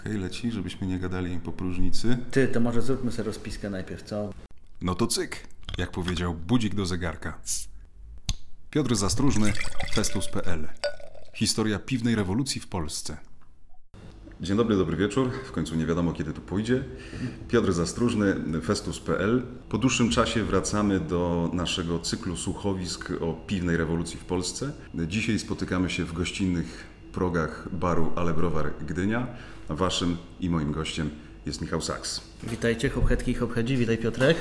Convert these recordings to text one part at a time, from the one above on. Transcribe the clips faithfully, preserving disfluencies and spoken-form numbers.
Okej, leci, żebyśmy nie gadali po próżnicy. Ty, to może zróbmy sobie rozpiskę najpierw, co? No to cyk, jak powiedział budzik do zegarka. Piotr Zastróżny, Festus kropka pe el. Historia piwnej rewolucji w Polsce. Dzień dobry, dobry wieczór. W końcu nie wiadomo, kiedy tu pójdzie. Piotr Zastróżny, Festus kropka pe el. Po dłuższym czasie wracamy do naszego cyklu słuchowisk o piwnej rewolucji w Polsce. Dzisiaj spotykamy się w gościnnych progach baru Ale Browar Gdynia. A waszym i moim gościem jest Michał Saks. Witajcie, hopchetki i hopchedzi, witaj Piotrek.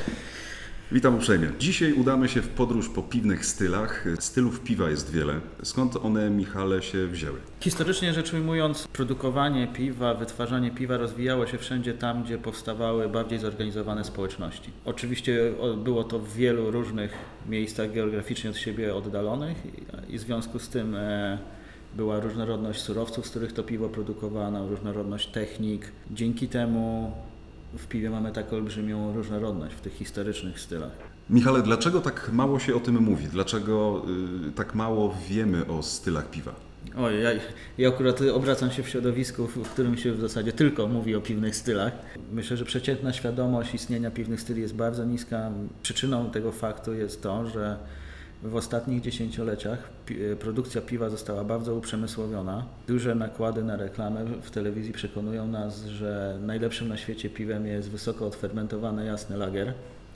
Witam uprzejmie. Dzisiaj udamy się w podróż po piwnych stylach. Stylów piwa jest wiele. Skąd one, Michale, się wzięły? Historycznie rzecz ujmując, produkowanie piwa, wytwarzanie piwa rozwijało się wszędzie tam, gdzie powstawały bardziej zorganizowane społeczności. Oczywiście było to w wielu różnych miejscach geograficznie od siebie oddalonych i w związku z tym była różnorodność surowców, z których to piwo produkowano, różnorodność technik. Dzięki temu w piwie mamy tak olbrzymią różnorodność w tych historycznych stylach. Michale, dlaczego tak mało się o tym mówi? Dlaczego y, tak mało wiemy o stylach piwa? Oj, ja, ja akurat obracam się w środowisku, w którym się w zasadzie tylko mówi o piwnych stylach. Myślę, że przeciętna świadomość istnienia piwnych styli jest bardzo niska. Przyczyną tego faktu jest to, że w ostatnich dziesięcioleciach produkcja piwa została bardzo uprzemysłowiona. Duże nakłady na reklamę w telewizji przekonują nas, że najlepszym na świecie piwem jest wysoko odfermentowany jasny lager.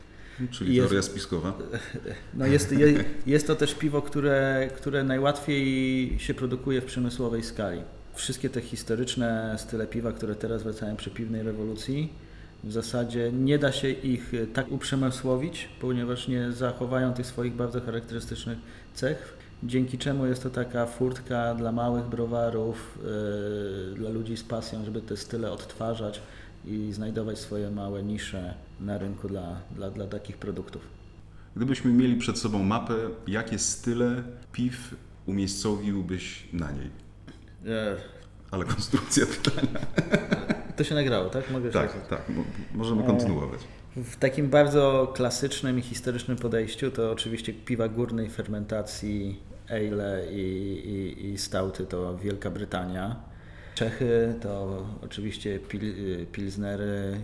Czyli jest, teoria spiskowa. No jest, jest to też piwo, które, które najłatwiej się produkuje w przemysłowej skali. Wszystkie te historyczne style piwa, które teraz wracają przy piwnej rewolucji, w zasadzie nie da się ich tak uprzemysłowić, ponieważ nie zachowają tych swoich bardzo charakterystycznych cech, dzięki czemu jest to taka furtka dla małych browarów, yy, dla ludzi z pasją, żeby te style odtwarzać i znajdować swoje małe nisze na rynku dla, dla, dla takich produktów. Gdybyśmy mieli przed sobą mapę, jakie style piw umiejscowiłbyś na niej? E... Ale konstrukcja pytania. To się nagrało, tak? Mogę tak, tak. Możemy kontynuować. W takim bardzo klasycznym i historycznym podejściu to oczywiście piwa górnej fermentacji, ale i, i, i stouty to Wielka Brytania. Czechy to oczywiście pil, pilsnery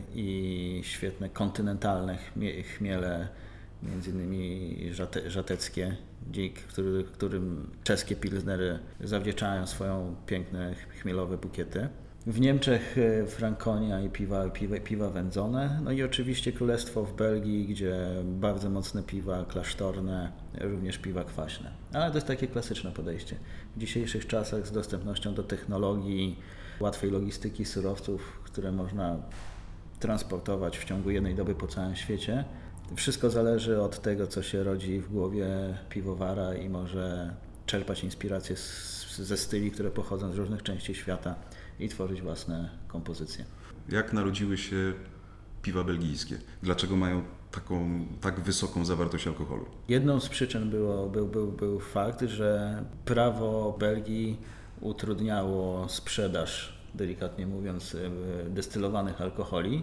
i świetne kontynentalne chmiele, między innymi żate, żateckie, dzięki który, którym czeskie pilsnery zawdzięczają swoją piękne chmielowe bukiety. W Niemczech Frankonia i piwa, piwa, piwa wędzone, no i oczywiście Królestwo w Belgii, gdzie bardzo mocne piwa klasztorne, również piwa kwaśne. Ale to jest takie klasyczne podejście. W dzisiejszych czasach z dostępnością do technologii, łatwej logistyki surowców, które można transportować w ciągu jednej doby po całym świecie, wszystko zależy od tego, co się rodzi w głowie piwowara i może czerpać inspiracje z, ze styli, które pochodzą z różnych części świata i tworzyć własne kompozycje. Jak narodziły się piwa belgijskie? Dlaczego mają taką tak wysoką zawartość alkoholu? Jedną z przyczyn było, był, był, był fakt, że prawo Belgii utrudniało sprzedaż, delikatnie mówiąc, destylowanych alkoholi,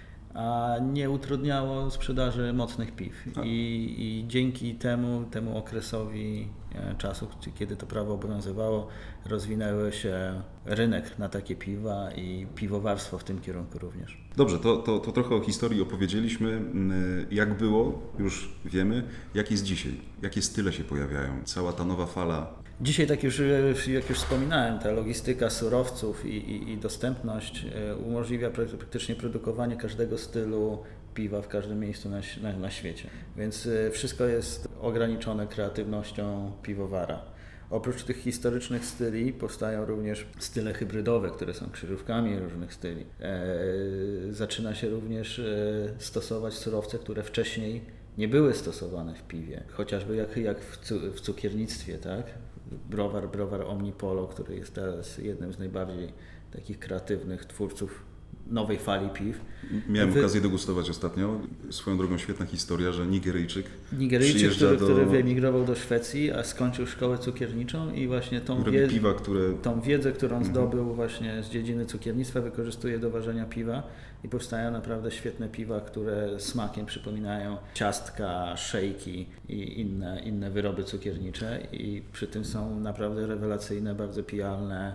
a nie utrudniało sprzedaży mocnych piw. I, I dzięki temu, temu okresowi czasu, kiedy to prawo obowiązywało, rozwinęły się rynek na takie piwa i piwowarstwo w tym kierunku również. Dobrze, to, to, to trochę o historii opowiedzieliśmy. Jak było, już wiemy. Jak jest dzisiaj? Jakie style się pojawiają? Cała ta nowa fala. Dzisiaj, tak już, jak już wspominałem, ta logistyka surowców i, i, i dostępność umożliwia praktycznie produkowanie każdego stylu piwa w każdym miejscu na, na, na świecie. Więc wszystko jest ograniczone kreatywnością piwowara. Oprócz tych historycznych styli powstają również style hybrydowe, które są krzyżówkami różnych styli. E, zaczyna się również stosować surowce, które wcześniej nie były stosowane w piwie, chociażby jak, jak w, cu, w cukiernictwie, tak? Browar, browar Omnipolo, który jest teraz jednym z najbardziej takich kreatywnych twórców nowej fali piw. Miałem Wy... okazję degustować ostatnio. Swoją drogą świetna historia, że Nigeryjczyk Nigeryjczyk, który, do... który wyemigrował do Szwecji, a skończył szkołę cukierniczą i właśnie tą, wie... piwa, które... tą wiedzę, którą mhm. zdobył właśnie z dziedziny cukiernictwa, wykorzystuje do ważenia piwa i powstają naprawdę świetne piwa, które smakiem przypominają ciastka, szejki i inne, inne wyroby cukiernicze i przy tym są naprawdę rewelacyjne, bardzo pijalne,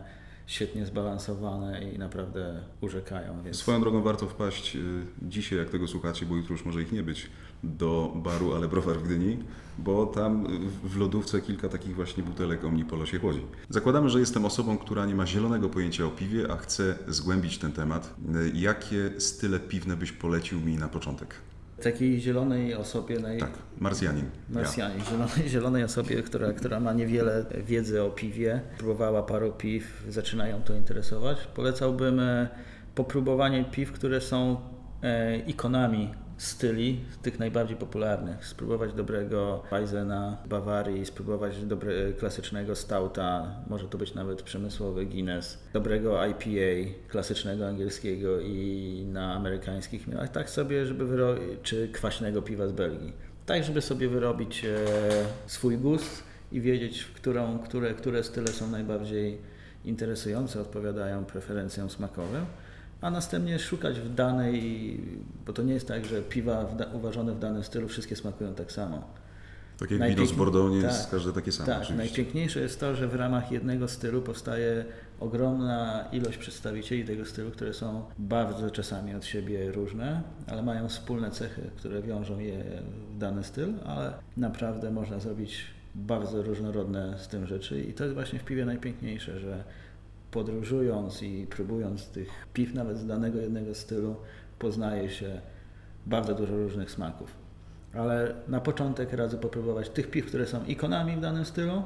świetnie zbalansowane i naprawdę urzekają. Więc... Swoją drogą warto wpaść dzisiaj, jak tego słuchacie, bo jutro już może ich nie być, do baru Ale Browar w Gdyni, bo tam w lodówce kilka takich właśnie butelek Omnipolo się chłodzi. Zakładamy, że jestem osobą, która nie ma zielonego pojęcia o piwie, a chce zgłębić ten temat. Jakie style piwne byś polecił mi na początek? Takiej zielonej osobie... Naj... Tak, Marsjanin. Marsjanin, ja. zielonej, zielonej osobie, która, która ma niewiele wiedzy o piwie, próbowała paru piw, zaczynają to interesować. Polecałbym popróbowanie piw, które są ikonami styli, tych najbardziej popularnych. Spróbować dobrego Weissena w Bawarii, spróbować dobre, klasycznego stouta, może to być nawet przemysłowy Guinness, dobrego I P A, klasycznego angielskiego i na amerykańskich miarach, tak sobie, żeby wyrobić, czy kwaśnego piwa z Belgii. Tak, żeby sobie wyrobić e, swój gust i wiedzieć, w którą, które, które style są najbardziej interesujące, odpowiadają preferencjom smakowym. A następnie szukać w danej, bo to nie jest tak, że piwa w da, uważane w danym stylu wszystkie smakują tak samo. Tak jak Najpiękniej... wino z Bordeaux nie tak, jest każde takie samo. Tak, oczywiście. Najpiękniejsze jest to, że w ramach jednego stylu powstaje ogromna ilość przedstawicieli tego stylu, które są bardzo czasami od siebie różne, ale mają wspólne cechy, które wiążą je w dany styl, ale naprawdę można zrobić bardzo różnorodne z tym rzeczy i to jest właśnie w piwie najpiękniejsze, że podróżując i próbując tych piw nawet z danego jednego stylu poznaje się bardzo dużo różnych smaków. Ale na początek radzę popróbować tych piw, które są ikonami w danym stylu,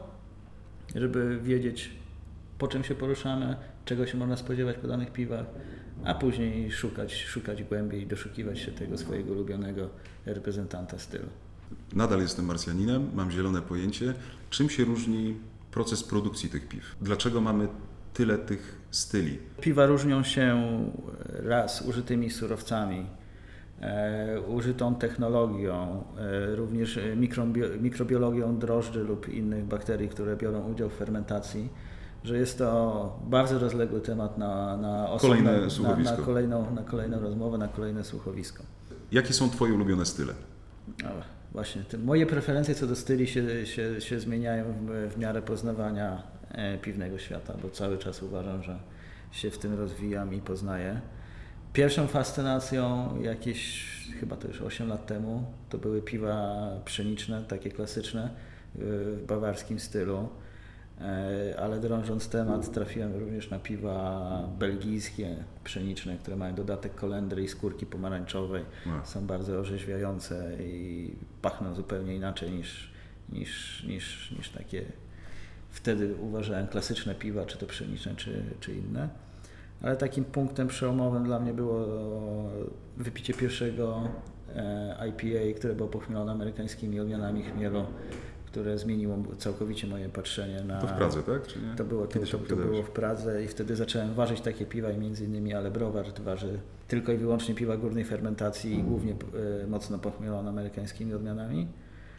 żeby wiedzieć, po czym się poruszamy, czego się można spodziewać po danych piwach, a później szukać, szukać głębiej, doszukiwać się tego swojego ulubionego reprezentanta stylu. Nadal jestem Marsjaninem, mam zielone pojęcie. Czym się różni proces produkcji tych piw? Dlaczego mamy tyle tych styli? Piwa różnią się raz użytymi surowcami, e, użytą technologią, e, również mikrobio- mikrobiologią drożdży lub innych bakterii, które biorą udział w fermentacji, że jest to bardzo rozległy temat na, na, osobne, Kolejne słuchowisko. na, na, kolejną, na kolejną rozmowę, na kolejne słuchowisko. Jakie są Twoje ulubione style? No, właśnie, te moje preferencje co do styli się, się, się zmieniają w, w miarę poznawania e, piwnego świata, bo cały czas uważam, że się w tym rozwijam i poznaję. Pierwszą fascynacją jakieś, chyba to już osiem lat temu, to były piwa pszeniczne, takie klasyczne, w bawarskim stylu. Ale drążąc temat, trafiłem również na piwa belgijskie, pszeniczne, które mają dodatek kolendry i skórki pomarańczowej. Wow. Są bardzo orzeźwiające i pachną zupełnie inaczej niż, niż, niż, niż takie wtedy uważałem klasyczne piwa, czy to pszeniczne, czy, czy inne. Ale takim punktem przełomowym dla mnie było wypicie pierwszego I P A, które było pochmielone amerykańskimi odmianami chmielu, które zmieniło całkowicie moje patrzenie na... To w Pradze, tak? Czy nie? To było, to, to, to było w Pradze i wtedy zacząłem ważyć takie piwa i między innymi Ale Browar waży tylko i wyłącznie piwa górnej fermentacji i głównie y, mocno pochmielone amerykańskimi odmianami.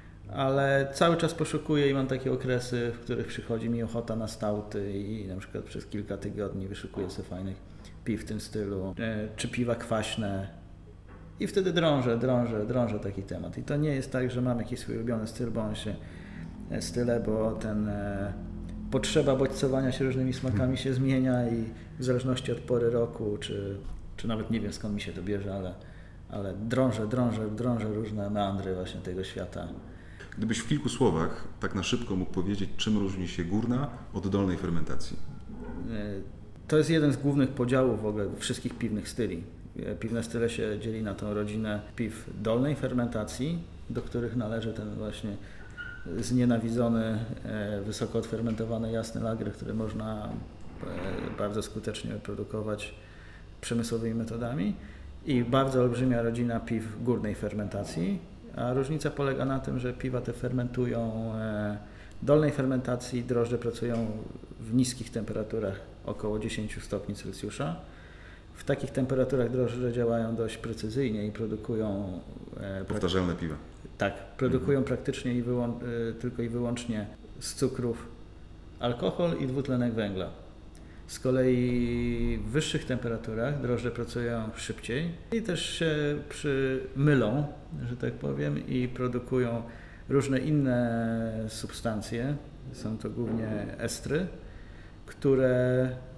Ale cały czas poszukuję i mam takie okresy, w których przychodzi mi ochota na stauty i na przykład przez kilka tygodni wyszukuję sobie fajnych piw w tym stylu, y, czy piwa kwaśne. I wtedy drążę, drążę, drążę taki temat. I to nie jest tak, że mam jakiś swój ulubiony styl, bo on się style, bo ten e, potrzeba bodźcowania się różnymi smakami się zmienia i w zależności od pory roku, czy, czy nawet nie wiem skąd mi się to bierze, ale, ale drążę, drążę, drążę różne meandry właśnie tego świata. Gdybyś w kilku słowach tak na szybko mógł powiedzieć, czym różni się górna od dolnej fermentacji? E, to jest jeden z głównych podziałów w ogóle wszystkich piwnych styli. Piwne style się dzieli na tą rodzinę piw dolnej fermentacji, do których należy ten właśnie znienawidzony, wysoko odfermentowany jasny lager, który można bardzo skutecznie produkować przemysłowymi metodami, i bardzo olbrzymia rodzina piw górnej fermentacji, a różnica polega na tym, że piwa te fermentują w dolnej fermentacji, drożdże pracują w niskich temperaturach, około dziesięć stopni Celsjusza. W takich temperaturach drożdże działają dość precyzyjnie i produkują... Powtarzalne piwa. Tak, produkują mhm. praktycznie i wyłą- tylko i wyłącznie z cukrów alkohol i dwutlenek węgla. Z kolei w wyższych temperaturach drożdże pracują szybciej i też się przymylą, że tak powiem, i produkują różne inne substancje. Są to głównie estry, które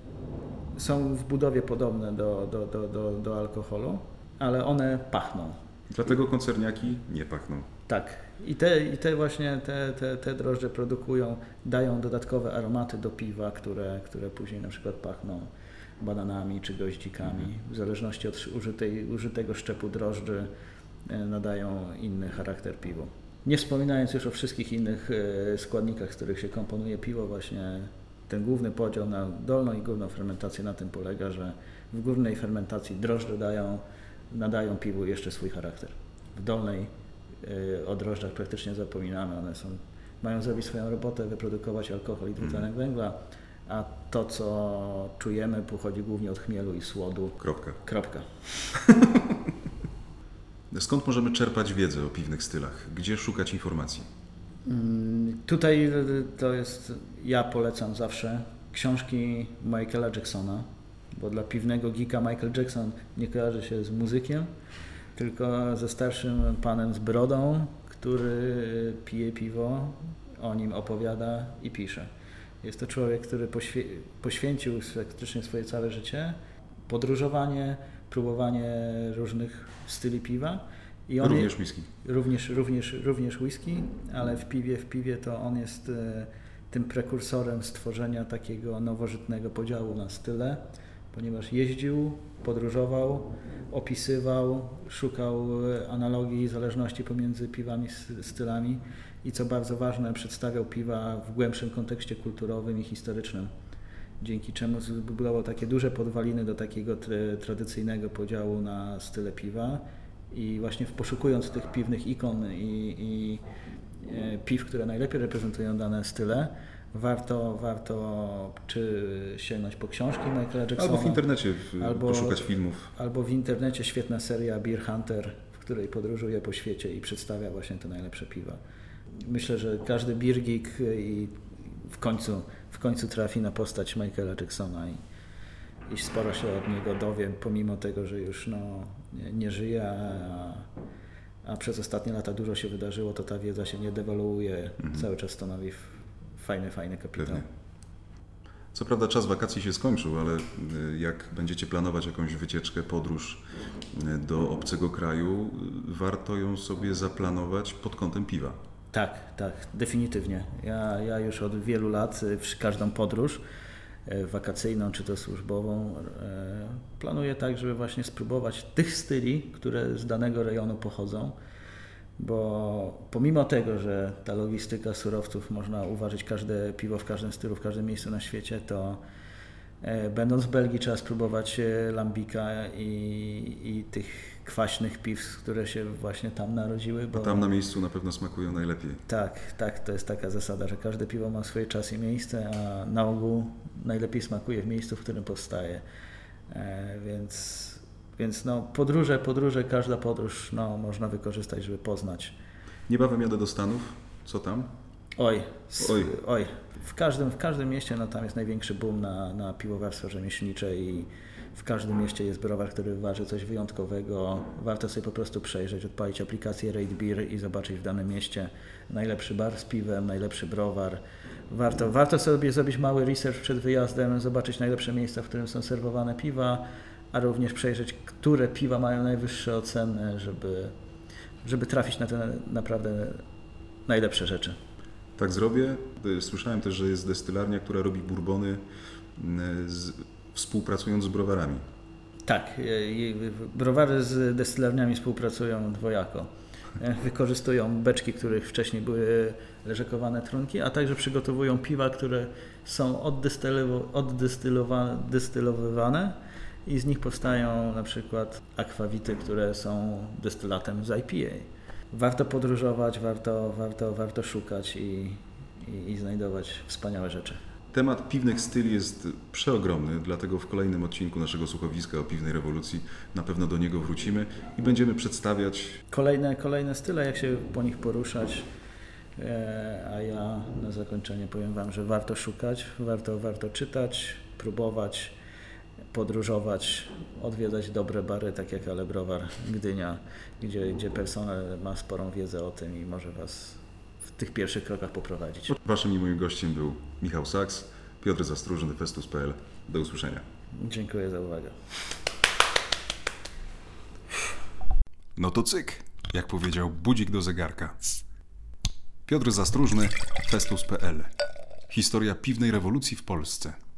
są w budowie podobne do, do, do, do, do alkoholu, ale one pachną. Dlatego koncerniaki nie pachną. Tak. I te, i te właśnie te, te, te drożdże produkują, dają dodatkowe aromaty do piwa, które, które później na przykład pachną bananami czy goździkami. Mhm. W zależności od użytej, użytego szczepu drożdży nadają inny charakter piwu. Nie wspominając już o wszystkich innych składnikach, z których się komponuje piwo, właśnie ten główny podział na dolną i górną fermentację na tym polega, że w górnej fermentacji drożdże dają, nadają piwu jeszcze swój charakter. W dolnej y, o drożdżach praktycznie zapominamy, one są, mają zrobić swoją robotę, wyprodukować alkohol i dwutlenek węgla, a to, co czujemy, pochodzi głównie od chmielu i słodu. Kropka. Kropka. Skąd możemy czerpać wiedzę o piwnych stylach? Gdzie szukać informacji? Tutaj to jest, ja polecam zawsze książki Michaela Jacksona, bo dla piwnego geeka Michael Jackson nie kojarzy się z muzykiem, tylko ze starszym panem z brodą, który pije piwo, o nim opowiada i pisze. Jest to człowiek, który poświe- poświęcił faktycznie swoje całe życie, podróżowanie, próbowanie różnych styli piwa. I on również je, whisky. Również, również, również whisky, ale w piwie, w piwie to on jest e, tym prekursorem stworzenia takiego nowożytnego podziału na style, ponieważ jeździł, podróżował, opisywał, szukał analogii i zależności pomiędzy piwami, stylami i co bardzo ważne, przedstawiał piwa w głębszym kontekście kulturowym i historycznym, dzięki czemu zbudował takie duże podwaliny do takiego tra- tradycyjnego podziału na style piwa. I właśnie poszukując tych piwnych ikon i, i e, piw, które najlepiej reprezentują dane style, warto, warto czy sięgnąć po książki Michaela Jacksona, albo w internecie w, albo, poszukać filmów. Albo w internecie świetna seria Beer Hunter, w której podróżuje po świecie i przedstawia właśnie te najlepsze piwa. Myślę, że każdy beer geek i w końcu, w końcu trafi na postać Michaela Jacksona i i sporo się od niego dowie, pomimo tego, że już no, nie, nie żyje, a, a przez ostatnie lata dużo się wydarzyło, to ta wiedza się nie dewaluuje, mhm. cały czas stanowi fajny, fajny kapitał. Pewnie. Co prawda czas wakacji się skończył, ale jak będziecie planować jakąś wycieczkę, podróż do obcego kraju, warto ją sobie zaplanować pod kątem piwa. Tak, tak, definitywnie. Ja, ja już od wielu lat w każdą podróż wakacyjną czy to służbową planuję tak, żeby właśnie spróbować tych styli, które z danego rejonu pochodzą, bo pomimo tego, że ta logistyka surowców, można uważać każde piwo w każdym stylu, w każdym miejscu na świecie, to będąc w Belgii trzeba spróbować lambika i, i tych kwaśnych piw, które się właśnie tam narodziły. Bo a tam na miejscu na pewno smakują najlepiej. Tak, tak, to jest taka zasada, że każde piwo ma swój czas i miejsce, a na ogół najlepiej smakuje w miejscu, w którym powstaje. E, więc więc no, podróże, podróże, każda podróż no, można wykorzystać, żeby poznać. Niebawem jadę do Stanów. Co tam? Oj, oj. oj. W każdym, w każdym mieście no, tam jest największy boom na, na piwowarstwo rzemieślnicze i w każdym mieście jest browar, który waży coś wyjątkowego. Warto sobie po prostu przejrzeć, odpalić aplikację Rate Beer i zobaczyć w danym mieście najlepszy bar z piwem, najlepszy browar. Warto, warto sobie zrobić mały research przed wyjazdem, zobaczyć najlepsze miejsca, w którym są serwowane piwa, a również przejrzeć, które piwa mają najwyższe oceny, żeby, żeby trafić na te naprawdę najlepsze rzeczy. Tak zrobię. Słyszałem też, że jest destylarnia, która robi bourbony z, współpracując z browarami. Tak, browary z destylarniami współpracują dwojako. Wykorzystują beczki, których wcześniej były leżakowane trunki, a także przygotowują piwa, które są oddestylowywane i z nich powstają na przykład akwawity, które są destylatem z I P A. Warto podróżować, warto, warto, warto szukać i, i, i znajdować wspaniałe rzeczy. Temat piwnych styli jest przeogromny, dlatego w kolejnym odcinku naszego słuchowiska o piwnej rewolucji na pewno do niego wrócimy i będziemy przedstawiać kolejne, kolejne style, jak się po nich poruszać. A ja na zakończenie powiem Wam, że warto szukać, warto, warto czytać, próbować, podróżować, odwiedzać dobre bary, tak jak Ale Browar Gdynia, gdzie, gdzie personel ma sporą wiedzę o tym i może Was w tych pierwszych krokach poprowadzić. Waszym i moim gościem był Michał Saks, Piotr Zastróżny, Festus kropka p l. Do usłyszenia. Dziękuję za uwagę. No to cyk, jak powiedział budzik do zegarka. Piotr Zastróżny, Festus kropka pe el. Historia piwnej rewolucji w Polsce.